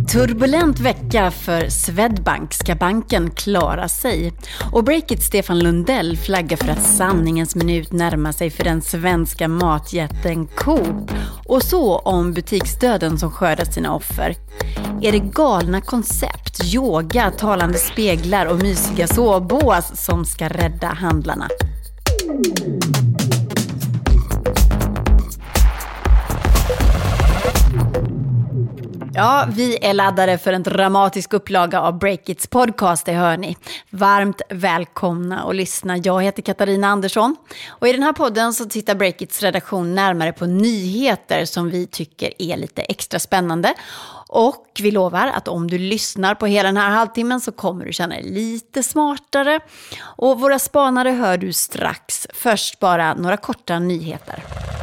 Turbulent vecka för Swedbank. Ska banken klara sig? Och Breakits Stefan Lundell flaggar för att sanningens minut närmar sig för den svenska matjätten Coop. Och så om butiksdöden som skördar sina offer. Är det galna koncept, yoga, talande speglar och mysiga sovbås som ska rädda handlarna? Ja, vi är laddade för en dramatisk upplaga av Breakits podcast, det hör ni. Varmt välkomna och lyssna. Jag heter Katarina Andersson och i den här podden så tittar Breakits redaktion närmare på nyheter som vi tycker är lite extra spännande. Och vi lovar att om du lyssnar på hela den här halvtimmen så kommer du känna dig lite smartare. Och våra spanare hör du strax. Först bara några korta nyheter.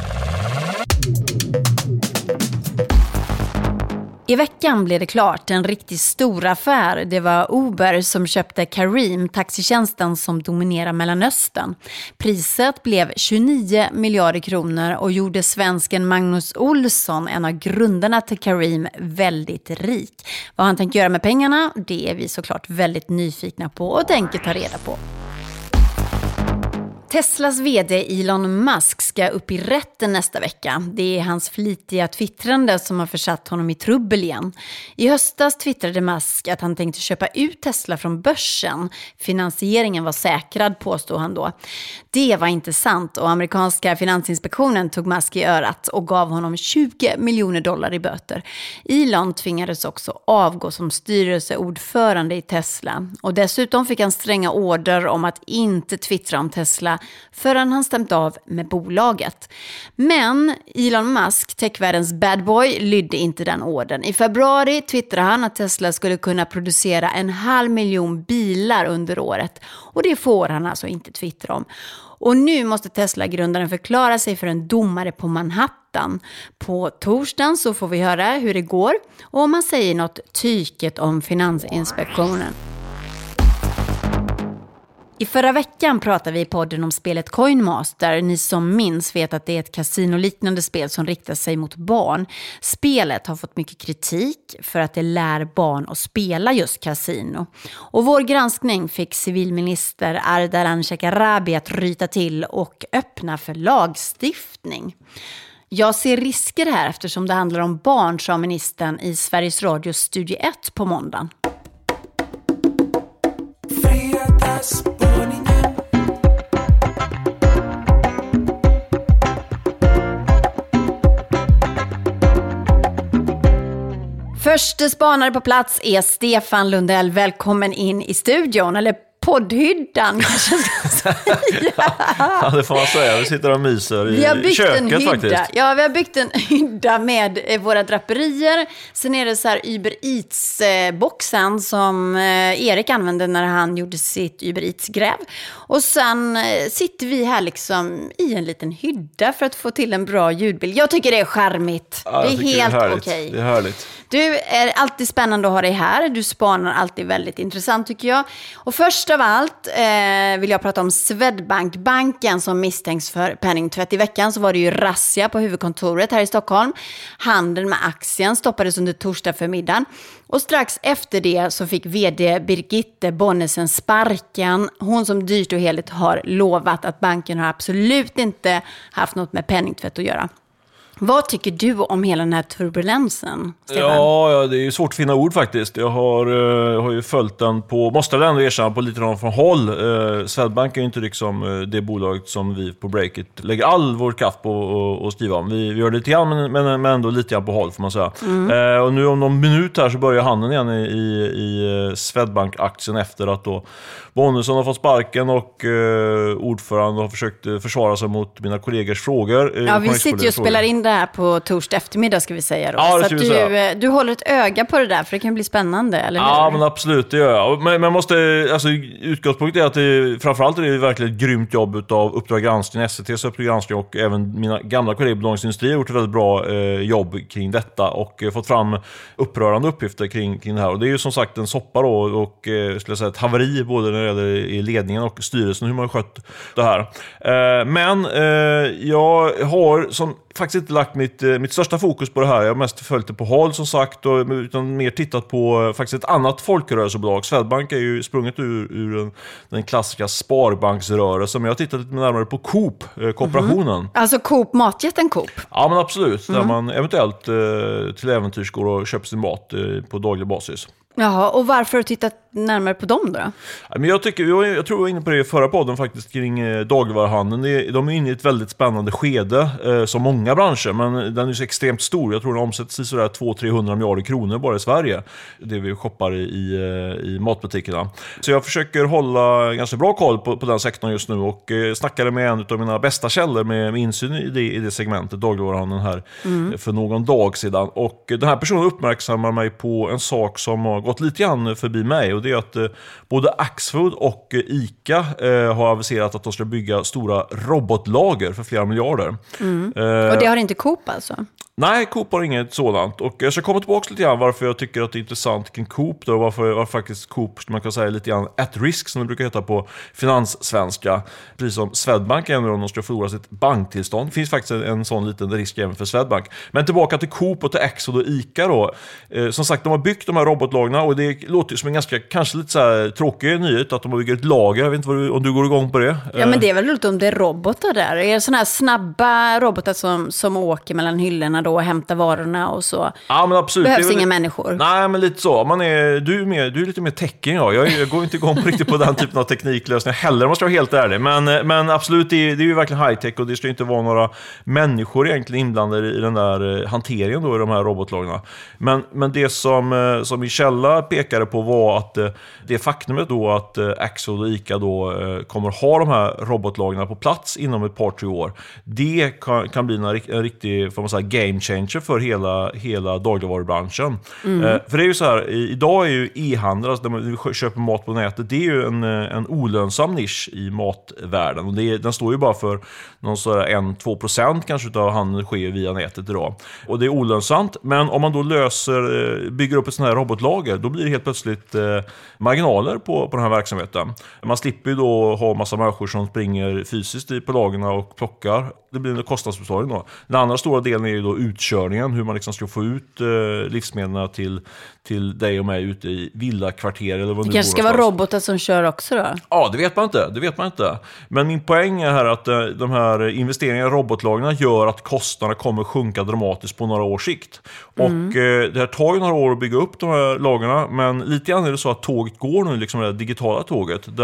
I veckan blev det klart en riktigt stor affär. Det var Uber som köpte Careem, taxitjänsten som dominerar Mellanöstern. Priset blev 29 miljarder kronor och gjorde svensken Magnus Olsson, en av grundarna till Careem, väldigt rik. Vad han tänker göra med pengarna, det är vi såklart väldigt nyfikna på och tänker ta reda på. Teslas vd Elon Musk ska upp i rätten nästa vecka. Det är hans flitiga twittrande som har försatt honom i trubbel igen. I höstas twittrade Musk att han tänkte köpa ut Tesla från börsen. Finansieringen var säkrad, påstod han då. Det var inte sant och amerikanska finansinspektionen tog Musk i örat och gav honom $20 miljoner i böter. Elon tvingades också avgå som styrelseordförande i Tesla. Och dessutom fick han stränga order om att inte twittra om Tesla förrän han stämt av med bolaget. Men Elon Musk, techvärldens bad boy, lydde inte den orden. I februari twittrade han att Tesla skulle kunna producera 500 000 bilar under året. Och det får han alltså inte twittra om. Och nu måste Tesla-grundaren förklara sig för en domare på Manhattan. På torsdagen så får vi höra hur det går och om han säger något tyket om Finansinspektionen. I förra veckan pratade vi i podden om spelet Coin Master. Ni som minns vet att det är ett kasinoliknande spel som riktar sig mot barn. Spelet har fått mycket kritik för att det lär barn att spela just kasino. Och vår granskning fick civilminister Ardalan Shekarabi att ryta till och öppna för lagstiftning. Jag ser risker här eftersom det handlar om barn, sa ministern i Sveriges Radio Studio 1 på måndagen. Förste spanare på plats är Stefan Lundell. Välkommen in i studion, eller poddhyddan kanske ska säga. Ja, det får man säga. Vi sitter och myser i köket faktiskt. Ja, vi har byggt en hydda med våra draperier. Sen är det så här Uber Eats-boxen som Erik använde när han gjorde sitt Uber Eats-gräv. Och sen sitter vi här liksom i en liten hydda för att få till en bra ljudbild. Jag tycker det är charmigt. Ja, det är helt okej. Det är härligt. Du, är alltid spännande att ha dig här. Du spanar alltid väldigt intressant tycker jag. Och först av allt vill jag prata om Swedbank. Banken som misstänks för penningtvätt. I veckan så var det ju razzia på huvudkontoret här i Stockholm. Handeln med aktien stoppades under torsdag förmiddagen. Och strax efter det så fick vd Birgitte Bonnesen sparken. Hon som dyrt och heligt har lovat att banken har absolut inte haft något med penningtvätt att göra. Vad tycker du om hela den här turbulensen, Stefan? Ja, det är ju svårt att finna ord faktiskt. Jag har ju följt den på, måste jag ändå erkänna, på lite från håll. Swedbank är ju inte liksom det bolaget som vi på Breakit lägger all vår kraft på att skriva om. Vi gör det lite grann, men ändå lite grann på håll får man säga. Och nu om någon minut här så börjar handeln igen i Swedbank-aktien efter att då Bonnesen har fått sparken och ordförande har försökt försvara sig mot mina kollegors frågor. Ja, vi sitter ju och spelar in det här på torsdag eftermiddag ska vi säga då. Ja, så att du håller ett öga på det där för det kan bli spännande, eller hur? Ja, men absolut, det gör jag. Men man måste, alltså utgångspunkten är att det, framförallt är det verkligen ett grymt jobb av Uppdrag granskning, SCT:s Uppdrag granskning och även mina gamla kollegor på Dagens Industri har gjort ett väldigt bra jobb kring detta och fått fram upprörande uppgifter kring det här. Och det är ju som sagt en soppa då och skulle jag säga ett haveri både när det gäller i ledningen och styrelsen hur man har skött det här. Men jag har som faktiskt inte lagt mitt största fokus på det här. Jag har mest följt det på håll som sagt, utan mer tittat på faktiskt ett annat folkrörelsebolag. Swedbank är ju sprunget ur den klassiska sparbanksrörelsen, men jag har tittat lite närmare på Coop, kooperationen. Alltså Coop, matjätten Coop? Ja, men absolut. Där man eventuellt till äventyrs går och köper sin mat på daglig basis. Jaha, och varför har du tittat närmare på dem då? Men jag tror jag var inne på det i förra podden faktiskt kring dagligvaruhandeln. De är inne i ett väldigt spännande skede, som många branscher, men den är så extremt stor. Jag tror den omsätts i sådär 200-300 miljarder kronor bara i Sverige, det vi shoppar i matbutikerna. Så jag försöker hålla ganska bra koll på den sektorn just nu, och snackade med en av mina bästa källor med insyn i det segmentet, dagligvaruhandeln här, för någon dag sedan. Och den här personen uppmärksammar mig på en sak som har gått lite grann förbi mig, och det är att både Axfood och ICA har aviserat att de ska bygga stora robotlager för flera miljarder. Och det har inte Coop alltså? Nej, Coop har inget sådant. Och jag ska komma tillbaka lite grann varför jag tycker att det är intressant kring Coop då, varför faktiskt Coop, man kan säga, lite grann at risk, som det brukar heta på finanssvenska. Precis som Swedbank är nu, om de ska förlora sitt banktillstånd. Det finns faktiskt en sån liten risk även för Swedbank. Men tillbaka till Coop och till Axfood och ICA då. Som sagt, de har byggt de här robotlagren, och det låter som en ganska, kanske lite så här tråkig nyhet att de har byggt ett lager. Jag vet inte om du går igång på det. Ja, men det är väl roligt om det är robotar där. Är det sådana här snabba robotar som åker mellan hyllorna då och hämtar varorna och så? Ja, men absolut. Behövs inga människor. Nej, men lite så. Du är lite mer tecken, ja. Jag går inte igång riktigt på den typen av tekniklösningar heller, måste jag vara helt ärlig. Men absolut, det är ju verkligen high-tech, och det ska inte vara några människor egentligen inblandade i den där hanteringen då, i de här robotlagren. Men det som min källa pekade på var att det faktumet då att Axfood och ICA då kommer ha de här robotlagren på plats inom ett par 3 år, det kan bli en riktig, får man säga, game changer för hela dagligvarubranschen. För det är ju så här, idag är ju e-handel, alltså där vi köper mat på nätet, det är ju en olönsam nisch i matvärlden, och den står ju bara för någon sådär 1-2% kanske av handeln sker via nätet idag, och det är olönsamt. Men om man då bygger upp ett sånt här robotlager, då blir det helt plötsligt marginaler på den här verksamheten. Man slipper ju då ha massa människor som springer fysiskt på lagerna och plockar. Det blir en kostnadsbesparing då. Den andra stora delen är ju då utkörningen, hur man liksom ska få ut livsmedlen till dig och mig ute i villakvarter eller vad det kanske ska vara robotar som kör också då? Ja, det vet man inte. Men min poäng är här att de här investeringarna i robotlagren gör att kostnaderna kommer sjunka dramatiskt på några års sikt. Och det här tar ju några år att bygga upp de här lagerna, men lite grann är det så att tåget går nu, liksom det digitala tåget,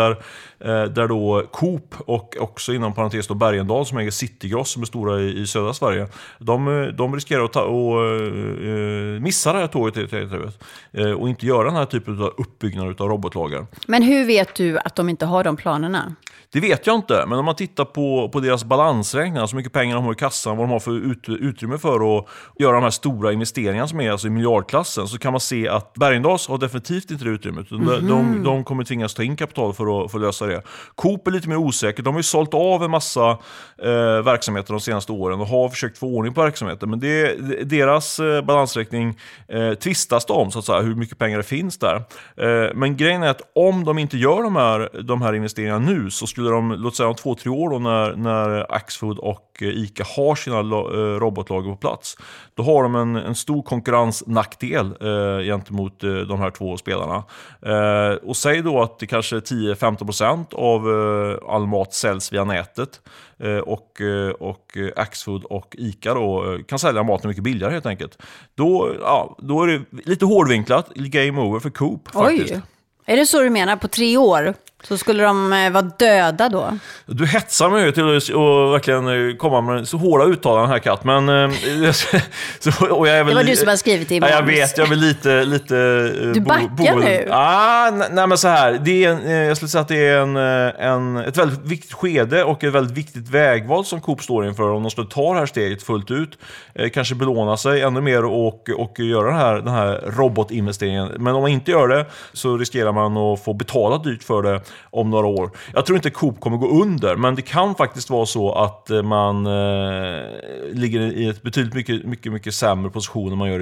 där då Coop och också inom parentes då Bergendal, som äger Citygross, som är stora i södra Sverige, de riskerar att missa det här tåget och inte göra den här typen av uppbyggnad av robotlager. Men hur vet du att de inte har de planerna? Det vet jag inte, men om man tittar på deras balansräkningar, så mycket pengar de har i kassan, vad de har för utrymme för att göra de här stora investeringarna som är alltså i miljardklassen, så kan man se att Bergendals har definitivt inte det utrymmet. De kommer tvingas ta in kapital för att lösa det. Coop är lite mer osäker. De har ju sålt av en massa verksamheter de senaste åren och har försökt få ordning på verksamheten, men deras balansräkning tvistas om, så att säga, hur mycket pengar det finns där. Men grejen är att om de inte gör de här investeringarna nu, så skulle de, låt säga om 2-3 år då, när Axfood och ICA har sina robotlager på plats, då har de en stor konkurrensnackdel gentemot de här två spelarna. Och säg då att det kanske 10-15% av all mat säljs via nätet, och Axfood och ICA då kan sälja maten mycket billigare helt enkelt. Då är det lite hårdvinklat, game over för Coop faktiskt. Oj. Är det så du menar? På 3 år så skulle de vara döda då? Du hetsar mig till att verkligen komma med så hårda uttalanden här, Kat. Men, och jag är väl, det var du som har skrivit i manus. Jag vet, jag är väl lite du backar nu? Nej, men så här. Jag skulle säga att det är ett väldigt viktigt skede och ett väldigt viktigt vägval som Coop står inför. Om de skulle ta det här steget fullt ut, kanske belåna sig ännu mer och göra den här robotinvesteringen. Men om man inte gör det, så riskerar man att få betala dyrt för det om några år. Jag tror inte Coop kommer gå under, men det kan faktiskt vara så att man ligger i ett betydligt mycket sämre position än man gör idag.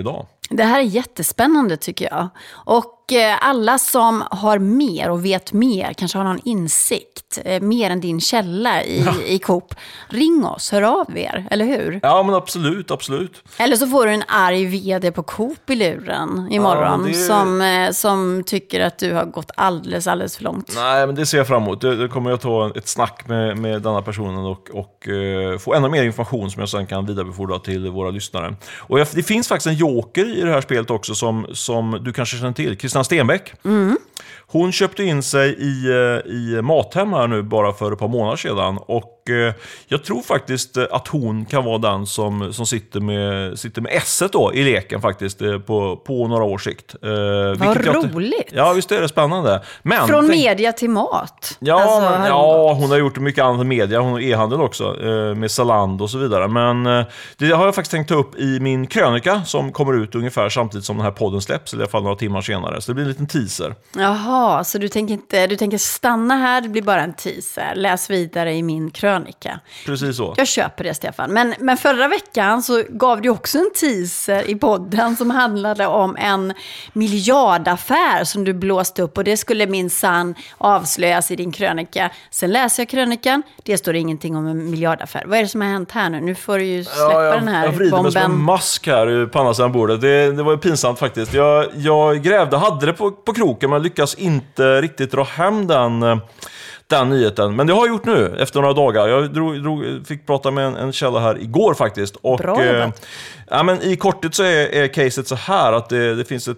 Det här är jättespännande tycker jag. Och alla som har mer och vet mer, kanske har någon insikt, mer än din källa i Coop, ring oss, hör av er, eller hur? Ja, men absolut. Eller så får du en arg vd på Coop i luren imorgon som tycker att du har gått alldeles för långt. Nej, men det ser jag fram emot. Det kommer jag ta ett snack med denna personen och få ännu mer information som jag sen kan vidarebefordra till våra lyssnare. Och det finns faktiskt en joker i det här spelet också som du kanske känner till, Christian Stenbeck. Hon köpte in sig i Mathem här nu bara för ett par månader sedan och jag tror faktiskt att hon kan vara den som sitter med S-et då i leken faktiskt på några års sikt. Vad roligt! Ja, visst är det spännande. Men, från media till mat. Ja, hon har gjort mycket annat i media. Hon har e-handel också med Zalando och så vidare. Men det har jag faktiskt tänkt ta upp i min krönika som kommer ut ungefär samtidigt som den här podden släpps, eller i alla fall några timmar senare. Så det blir en liten teaser. Jaha, så du tänker stanna här, det blir bara en teaser. Läs vidare i min krönika. Precis så. Jag köper det, Stefan. Men förra veckan så gav du också en teaser i podden som handlade om en miljardaffär som du blåste upp och det skulle minsann avslöjas i din krönika. Sen läser jag krönikan, det står ingenting om en miljardaffär. Vad är det som har hänt här nu? Nu får du ju släppa den här bomben. Jag vrider mig som en mask här på andra sidan bordet. Det var ju pinsamt faktiskt. Jag hade det på kroken men lyckas inte riktigt dra hem den nyheten. Men det har jag gjort nu efter några dagar. Jag fick prata med en källa här igår faktiskt. Och, bra men i korthet så är caset så här att det finns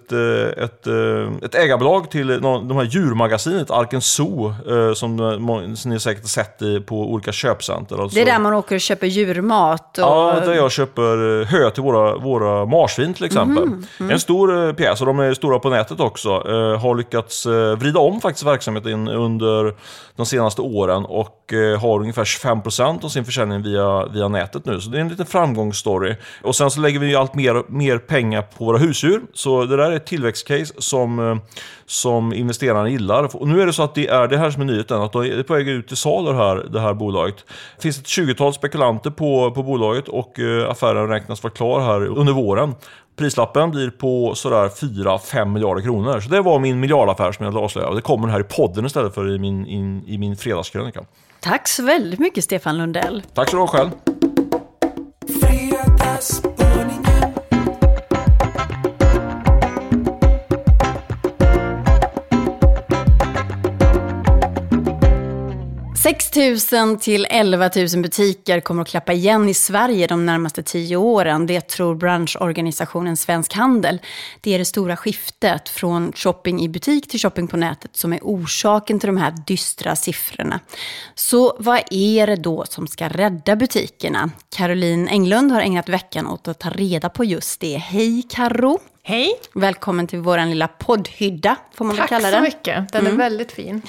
ett ägarbolag till de här djurmagasinet Arken Zoo som ni säkert har sett på olika köpcenter. Alltså. Det är där man åker och köper djurmat. Ja, där jag köper hö till våra marsvin till exempel. En stor pjäs och de är stora på nätet också. Har lyckats vrida om faktiskt verksamheten under de senaste åren och har ungefär 25% av sin försäljning via nätet nu. Så det är en liten framgångsstory. Och sen så lägger vi ju allt mer pengar på våra husdjur. Så det där är ett tillväxtcase som investerarna gillar. Och nu är det så att det är det här som är nyheten, att det är på väg ut till salu det här bolaget. Det finns ett 20-tal spekulanter på bolaget och affären räknas vara klar här under våren. Prislappen blir på sådär 4-5 miljarder kronor. Så det var min miljardaffär som jag avslöjade. Det kommer här i podden istället för i min fredagskrönika. Tack så väldigt mycket, Stefan Lundell. Tack så du ha själv. 6 000 till 11 000 butiker kommer att klappa igen i Sverige de närmaste 10 åren. Det tror branschorganisationen Svensk Handel. Det är det stora skiftet från shopping i butik till shopping på nätet som är orsaken till de här dystra siffrorna. Så vad är det då som ska rädda butikerna? Caroline Englund har ägnat veckan åt att ta reda på just det. Hej Karo! Hej! Välkommen till våran lilla poddhydda, får man kalla den. Tack så mycket, den är väldigt fin.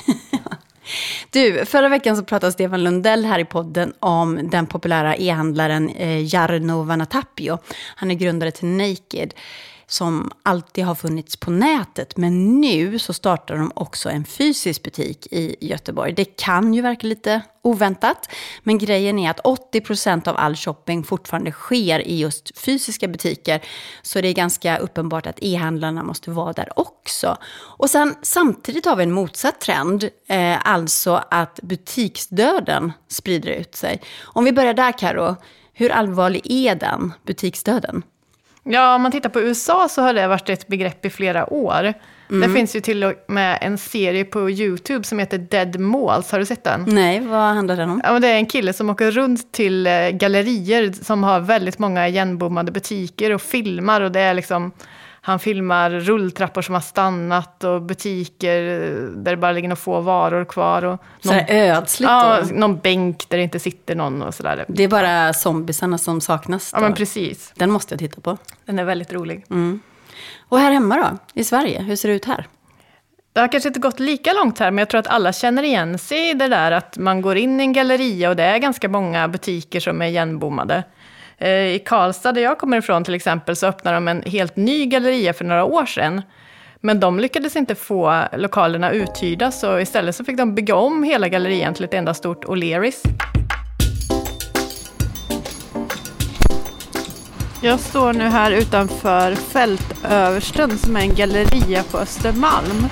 Du, förra veckan så pratade Stefan Lundell här i podden om den populära e-handlaren Jarno Vanhatapio. Han är grundare till Naked som alltid har funnits på nätet. Men nu så startar de också en fysisk butik i Göteborg. Det kan ju verka lite oväntat. Men grejen är att 80% av all shopping fortfarande sker i just fysiska butiker. Så det är ganska uppenbart att e-handlarna måste vara där också. Och sen samtidigt har vi en motsatt trend. Alltså att butiksdöden sprider ut sig. Om vi börjar där, Karo. Hur allvarlig är den butiksdöden? Ja, om man tittar på USA så har det varit ett begrepp i flera år. Det finns ju till och med en serie på YouTube som heter Dead Malls. Har du sett den? Nej, vad handlar den om? Ja, det är en kille som åker runt till gallerier som har väldigt många igenbommade butiker och filmar. Och det är liksom, han filmar rulltrappor som har stannat och butiker där det bara ligger några få varor kvar. Och så det är ödsligt då? Ja, någon bänk där det inte sitter någon och sådär. Det är bara zombiesarna som saknas då. Ja, men precis. Den måste jag titta på. Den är väldigt rolig. Och här hemma då, i Sverige, hur ser det ut här? Det har kanske inte gått lika långt här, men jag tror att alla känner igen sig i det där att man går in i en galleria och det är ganska många butiker som är igenbommade. I Karlstad, där jag kommer ifrån till exempel, så öppnade de en helt ny galleria för några år sedan. Men de lyckades inte få lokalerna uthyrda, så istället så fick de bygga om hela gallerian till ett enda stort O'Learys. Jag står nu här utanför Fältöversten som är en galleria på Östermalm.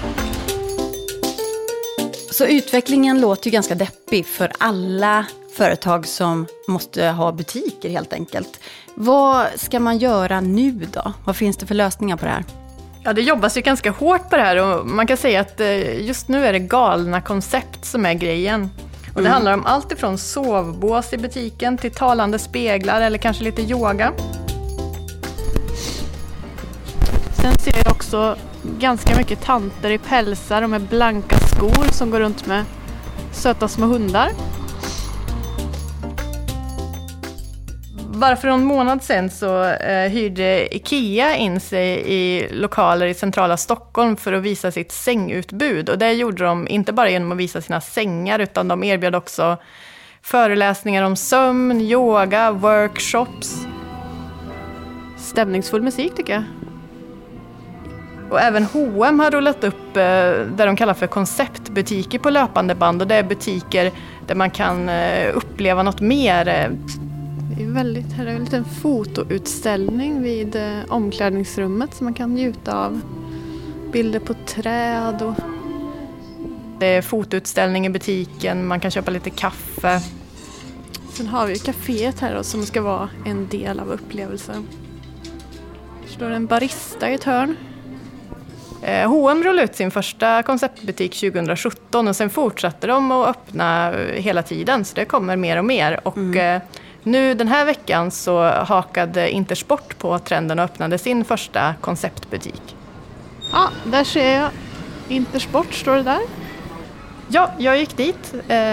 Så utvecklingen låter ju ganska deppig för alla företag som måste ha butiker helt enkelt. Vad ska man göra nu då? Vad finns det för lösningar på det här? Ja, det jobbas ju ganska hårt på det här och man kan säga att just nu är det galna koncept som är grejen. Och det handlar om allt ifrån sovbås i butiken till talande speglar eller kanske lite yoga. Sen ser jag också ganska mycket tanter i pälsar och med blanka skor som går runt med söta små hundar. Bara för någon månad sedan så hyrde IKEA in sig i lokaler i centrala Stockholm för att visa sitt sängutbud. Och det gjorde de inte bara genom att visa sina sängar utan de erbjöd också föreläsningar om sömn, yoga, workshops. Stämningsfull musik tycker jag. Och även H&M har rullat upp där de kallar för konceptbutiker på löpande band. Och det är butiker där man kan uppleva något mer. Här är en liten fotoutställning vid omklädningsrummet som man kan njuta av. Bilder på träd och... Det är fotoutställning i butiken, man kan köpa lite kaffe. Sen har vi kaféet här då, som ska vara en del av upplevelsen. Det står en barista i ett hörn. H&M rullade ut sin första konceptbutik 2017 och sen fortsätter de att öppna hela tiden så det kommer mer och mer. Och nu den här veckan så hakade Intersport på trenden och öppnade sin första konceptbutik. Ja, där ser jag Intersport, står det där? Ja, jag gick dit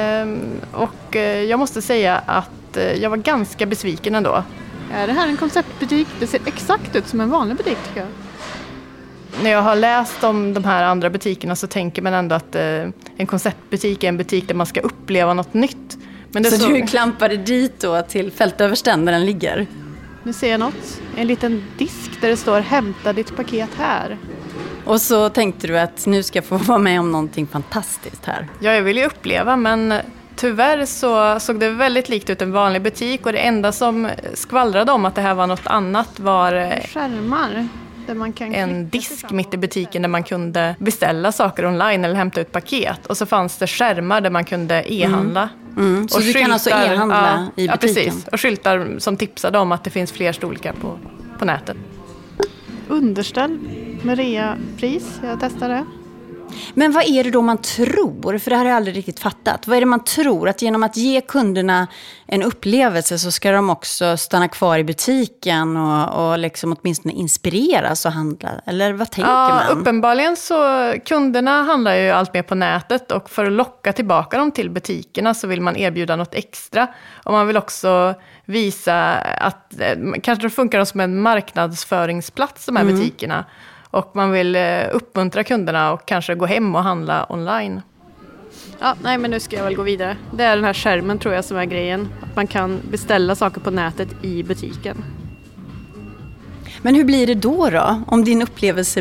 och jag måste säga att jag var ganska besviken ändå. Är det här en konceptbutik? Det ser exakt ut som en vanlig butik tycker jag. När jag har läst om de här andra butikerna så tänker man ändå att en konceptbutik är en butik där man ska uppleva något nytt. Men det så du klampade dit då till Fältöversten där den ligger? Nu ser jag något. En liten disk där det står hämta ditt paket här. Och så tänkte du att nu ska jag få vara med om någonting fantastiskt här. Ja, jag vill ju uppleva men tyvärr så såg det väldigt likt ut en vanlig butik och det enda som skvallrade om att det här var något annat var skärmar. Där man kan en disk mitt i butiken där man kunde beställa saker online eller hämta ut paket. Och så fanns det skärmar där man kunde e-handla. Så du kan alltså e-handla i butiken? Ja, precis. Och skyltar som tipsade om att det finns fler storlekar på nätet. Underställ med reapris, jag testade. Men vad är det då man tror? För det här har jag aldrig riktigt fattat. Vad är det man tror? Att genom att ge kunderna en upplevelse så ska de också stanna kvar i butiken och liksom åtminstone inspireras och handla? Eller vad tänker man? Ja, uppenbarligen så kunderna handlar ju allt mer på nätet och för att locka tillbaka dem till butikerna så vill man erbjuda något extra. Och man vill också visa att kanske det funkar som en marknadsföringsplats de här butikerna. Och man vill uppmuntra kunderna och kanske gå hem och handla online. Ja, nej men nu ska jag väl gå vidare. Det är den här skärmen tror jag som är grejen. Att man kan beställa saker på nätet i butiken. Men hur blir det då? Om din upplevelse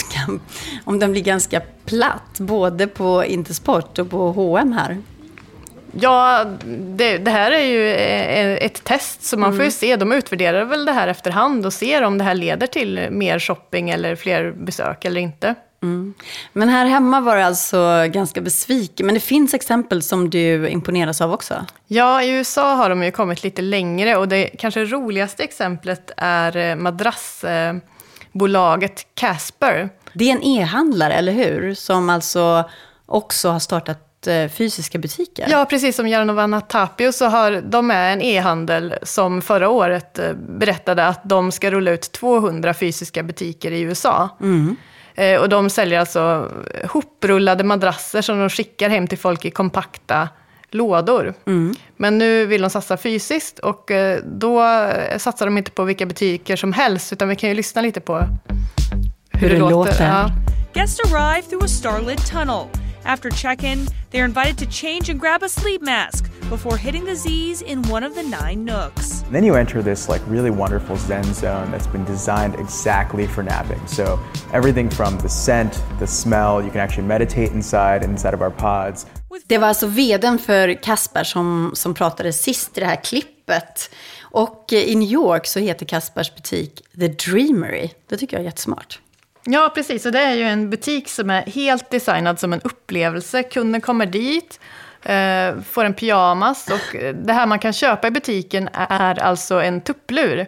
blir ganska platt. Både på Intersport och på H&M här. Ja, det här är ju ett test så man får ju se. De utvärderar väl det här efterhand och ser om det här leder till mer shopping eller fler besök eller inte. Men här hemma var det alltså ganska besviken. Men det finns exempel som du imponeras av också. Ja, i USA har de ju kommit lite längre och det kanske roligaste exemplet är madrassbolaget Casper. Det är en e-handlare, eller hur? Som alltså också har startat fysiska butiker. Ja, precis som Jarno Tapio så har de med en e-handel som förra året berättade att de ska rulla ut 200 fysiska butiker i USA. Och de säljer alltså hoprullade madrasser som de skickar hem till folk i kompakta lådor. Men nu vill de satsa fysiskt och då satsar de inte på vilka butiker som helst utan vi kan ju lyssna lite på hur det låter. Ja. Guests arrive through a starlit tunnel. After check-in, they're invited to change and grab a sleep mask before hitting the Z's in one of the 9 nooks. Then you enter this really wonderful Zen zone that's been designed exactly for napping. So everything from the scent, the smell, you can actually meditate inside of our pods. Det var alltså vdn för Casper som pratade sist i det här klippet. öppet. Och i New York så heter Kaspers butik The Dreamery. Det tycker jag är jättesmart. Ja, precis. Och det är ju en butik som är helt designad som en upplevelse. Kunden kommer dit, får en pyjamas, och det här man kan köpa i butiken är alltså en tupplur.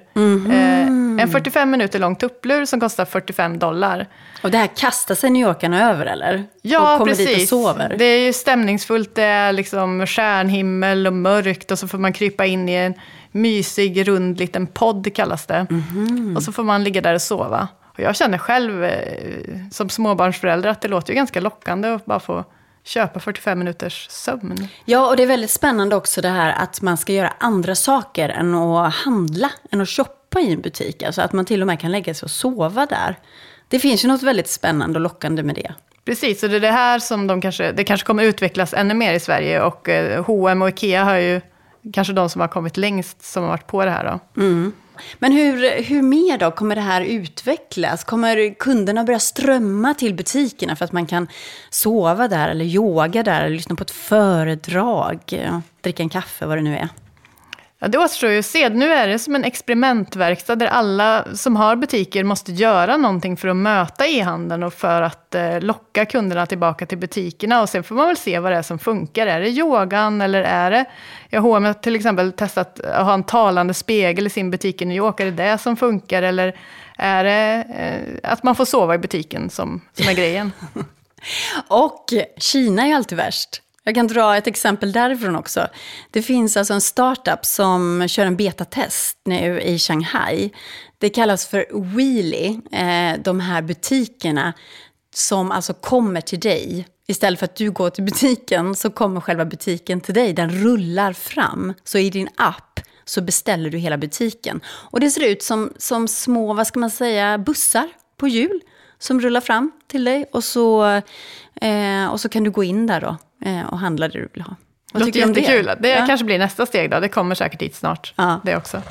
En 45 minuter lång tupplur som kostar $45. Och det här kastar sig New Yorkarna över, eller? Ja, och kommer precis. dit och sover. Det är ju stämningsfullt, det är liksom stjärnhimmel och mörkt, och så får man krypa in i en mysig, rund liten podd kallas det. Och så får man ligga där och sova. Och jag känner själv som småbarnsförälder att det låter ju ganska lockande att bara få köpa 45 minuters sömn. Ja, och det är väldigt spännande också det här att man ska göra andra saker än att handla, än att shoppa i en butik. Alltså att man till och med kan lägga sig och sova där. Det finns ju något väldigt spännande och lockande med det. Precis, och det är det här som det kanske kommer utvecklas ännu mer i Sverige. Och H&M och Ikea har ju kanske de som har kommit längst som har varit på det här då. Men hur mer då kommer det här utvecklas? Kommer kunderna börja strömma till butikerna för att man kan sova där eller yoga där eller lyssna på ett föredrag, dricka en kaffe, vad det nu är? Ja, det återstår ju att se. Nu är det som en experimentverkstad där alla som har butiker måste göra någonting för att möta e-handeln och för att locka kunderna tillbaka till butikerna. Och sen får man väl se vad det är som funkar. Är det yogan eller är det... H&M har till exempel testat att ha en talande spegel i sin butik i New York. Är det som funkar, eller är det att man får sova i butiken som är grejen? Och Kina är alltid värst. Jag kan dra ett exempel därifrån också. Det finns alltså en startup som kör en betatest nu i Shanghai. Det kallas för Wheelie, de här butikerna som alltså kommer till dig. Istället för att du går till butiken så kommer själva butiken till dig. Den rullar fram. Så i din app så beställer du hela butiken. Och det ser ut som små, vad ska man säga, bussar på hjul som rullar fram till dig. Och så kan du gå in där då och handla det du vill ha. Vad tycker du om det? Kul. Det kanske blir nästa steg då. Det kommer säkert hit snart. Ja. Det också.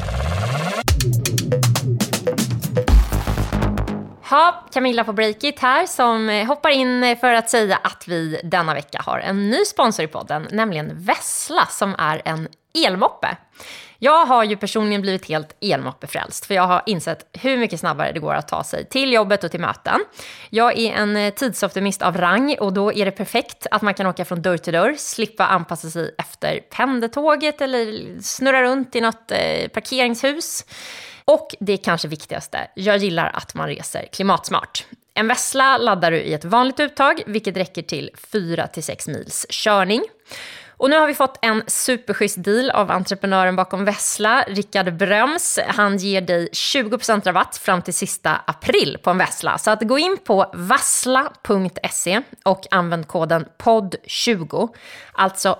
Ja, Camilla på Breakit här som hoppar in för att säga att vi denna vecka har en ny sponsor i podden, nämligen Vessla som är en elmoppe. Jag har ju personligen blivit helt elmoppefrälst för jag har insett hur mycket snabbare det går att ta sig till jobbet och till möten. Jag är en tidsoptimist av rang och då är det perfekt att man kan åka från dörr till dörr, slippa anpassa sig efter pendeltåget eller snurra runt i något parkeringshus. Och det kanske viktigaste, jag gillar att man reser klimatsmart. En Vessla laddar du i ett vanligt uttag, vilket räcker till 4-6 mils körning. Och nu har vi fått en superschysst deal av entreprenören bakom Vessla, Rickard Bröms. Han ger dig 20% rabatt fram till sista april på en Vessla. Så att gå in på vassla.se och använd koden POD20, alltså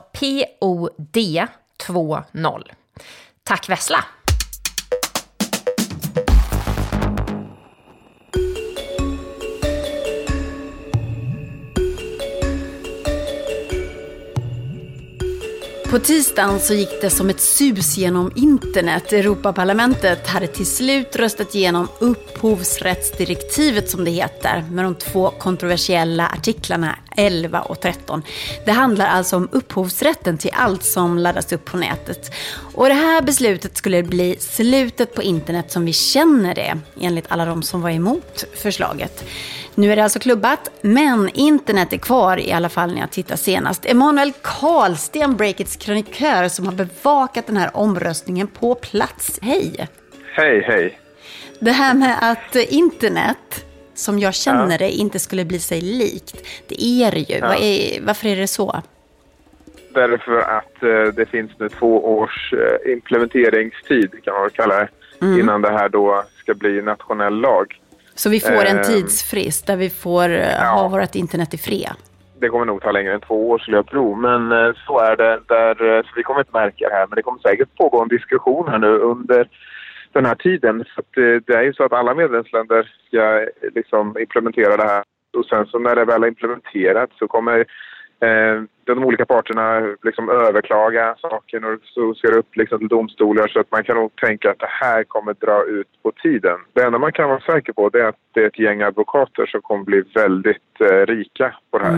POD20. Tack Vessla! På tisdagen så gick det som ett sus genom internet. Europaparlamentet hade till slut röstat igenom upphovsrättsdirektivet som det heter, med de 2 kontroversiella artiklarna 11 och 13. Det handlar alltså om upphovsrätten till allt som laddas upp på nätet. Och det här beslutet skulle bli slutet på internet som vi känner det, enligt alla de som var emot förslaget. Nu är det alltså klubbat, men internet är kvar i alla fall när jag tittar senast. Emanuel Karlsten, Breakits krönikör, som har bevakat den här omröstningen på plats. Hej! Hej! Det här med att internet, som jag känner det, inte skulle bli sig likt. Det är det ju. Varför är det så? Därför att det finns nu 2 års implementeringstid, kan man väl kalla det, innan det här då ska bli nationell lag. Så vi får en tidsfrist där vi får ha vårt internet i fred? Det kommer nog ta längre än 2 år skulle jag tro, men så är det. Så vi kommer inte märka det här, men det kommer säkert pågå en diskussion här nu under den här tiden. Så att, det är ju så att alla medlemsländer ska liksom implementera det här. Och sen så när det väl är implementerat så kommer de olika parterna liksom överklaga saken och så ska det upp liksom till domstolar, så att man kan nog tänka att det här kommer dra ut på tiden. Det enda man kan vara säker på det är att det är ett gäng advokater som kommer bli väldigt rika på det här.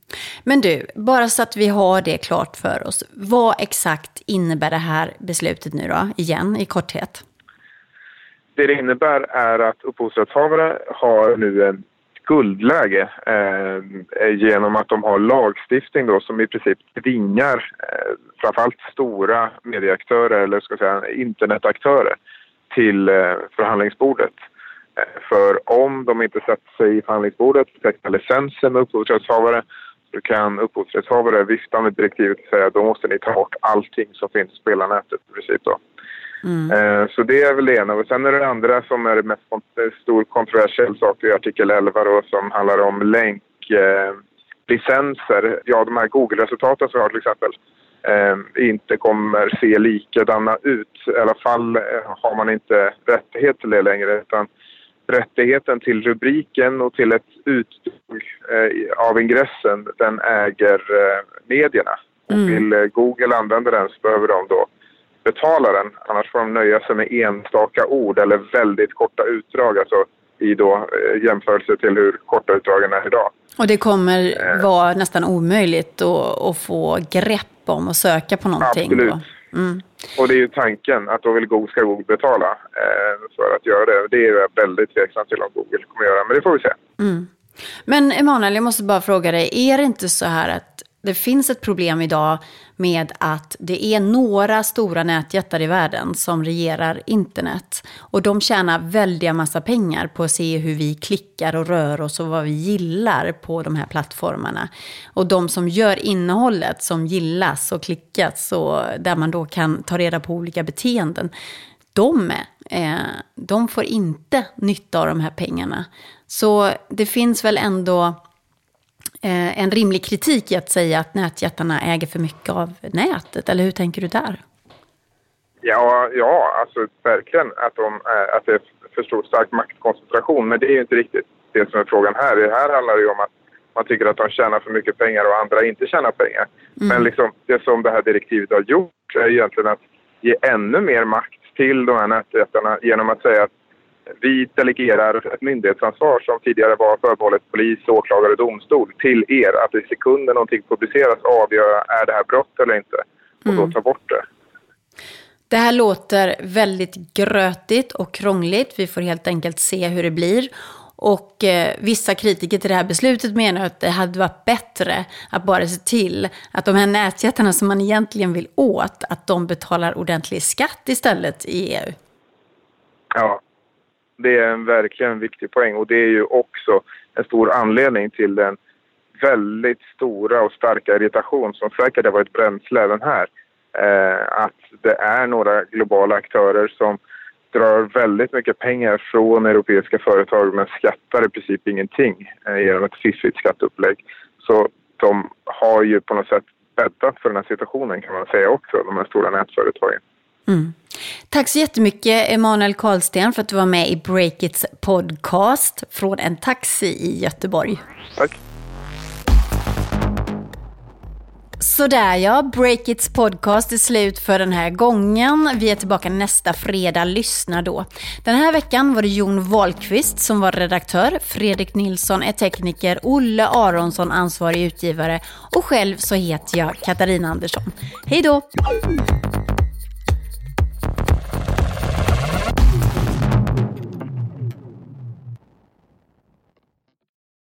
Men du, bara så att vi har det klart för oss. Vad exakt innebär det här beslutet nu då, igen, i korthet? Det innebär är att upphovsrättshavare har nu en guldläge genom att de har lagstiftning då, som i princip tvingar framförallt stora medieaktörer eller ska jag säga internetaktörer till förhandlingsbordet. För om de inte sätter sig i förhandlingsbordet och tecknar licenser med upphovsrättshavare, så kan upphovsrättshavare vifta med direktivet och säga då måste ni ta bort allting som finns i spelarnätet i princip då. Så det är väl det ena. Och sen är det andra som är det mest stor kontroversiell sak i artikel 11 då, som handlar om länklicenser. Ja, de här Google-resultaten som vi har till exempel inte kommer se likadana ut. I alla fall har man inte rättighet till det längre, utan rättigheten till rubriken och till ett utdrag av ingressen, den äger medierna. Och vill Google använda den så behöver de då betala den. Annars får de nöja sig med enstaka ord eller väldigt korta utdrag. Alltså i då jämförelse till hur korta utdragen är idag. Och det kommer vara nästan omöjligt att få grepp om och söka på någonting. Absolut. Och det är ju tanken att då ska Google betala för att göra det. Det är jag väldigt tveksam till om Google kommer göra, men det får vi se. Men Emanuel, jag måste bara fråga dig, är det inte så här att det finns ett problem idag med att det är några stora nätjättar i världen som regerar internet. Och de tjänar väldiga massa pengar på att se hur vi klickar och rör oss och vad vi gillar på de här plattformarna. Och de som gör innehållet som gillas och klickas och där man då kan ta reda på olika beteenden, de får inte nytta av de här pengarna. Så det finns väl ändå en rimlig kritik i att säga att nätjättarna äger för mycket av nätet, eller hur tänker du där? Ja, alltså verkligen att det är för stor stark maktkoncentration, men det är ju inte riktigt det som är frågan här. Det här handlar ju om att man tycker att de tjänar för mycket pengar och andra inte tjänar pengar. Men liksom, det som det här direktivet har gjort är egentligen att ge ännu mer makt till de här nätjättarna genom att säga att vi delegerar ett myndighetsansvar som tidigare var förbehållet polis, åklagare och domstol till er att i sekunden någonting publiceras avgöra är det här brott eller inte och då ta bort det. Det här låter väldigt grötigt och krångligt. Vi får helt enkelt se hur det blir. Och vissa kritiker till det här beslutet menar att det hade varit bättre att bara se till att de här nätjättarna som man egentligen vill åt, att de betalar ordentlig skatt istället i EU. Ja. Det är en verkligen viktig poäng och det är ju också en stor anledning till den väldigt stora och starka irritation som säkert har varit bränsle även här. Att det är några globala aktörer som drar väldigt mycket pengar från europeiska företag men skattar i princip ingenting genom ett fiffigt skatteupplägg. Så de har ju på något sätt bäddat för den här situationen kan man säga också, de här stora nätföretagen. Tack så jättemycket Emanuel Karlsten för att du var med i Breakits podcast från en taxi i Göteborg. Tack. Sådär ja, Breakits podcast är slut för den här gången. Vi är tillbaka nästa fredag, lyssna då. Den här veckan var det Jon Wahlqvist som var redaktör, Fredrik Nilsson är tekniker, Olle Aronsson ansvarig utgivare och själv så heter jag Katarina Andersson. Hej då!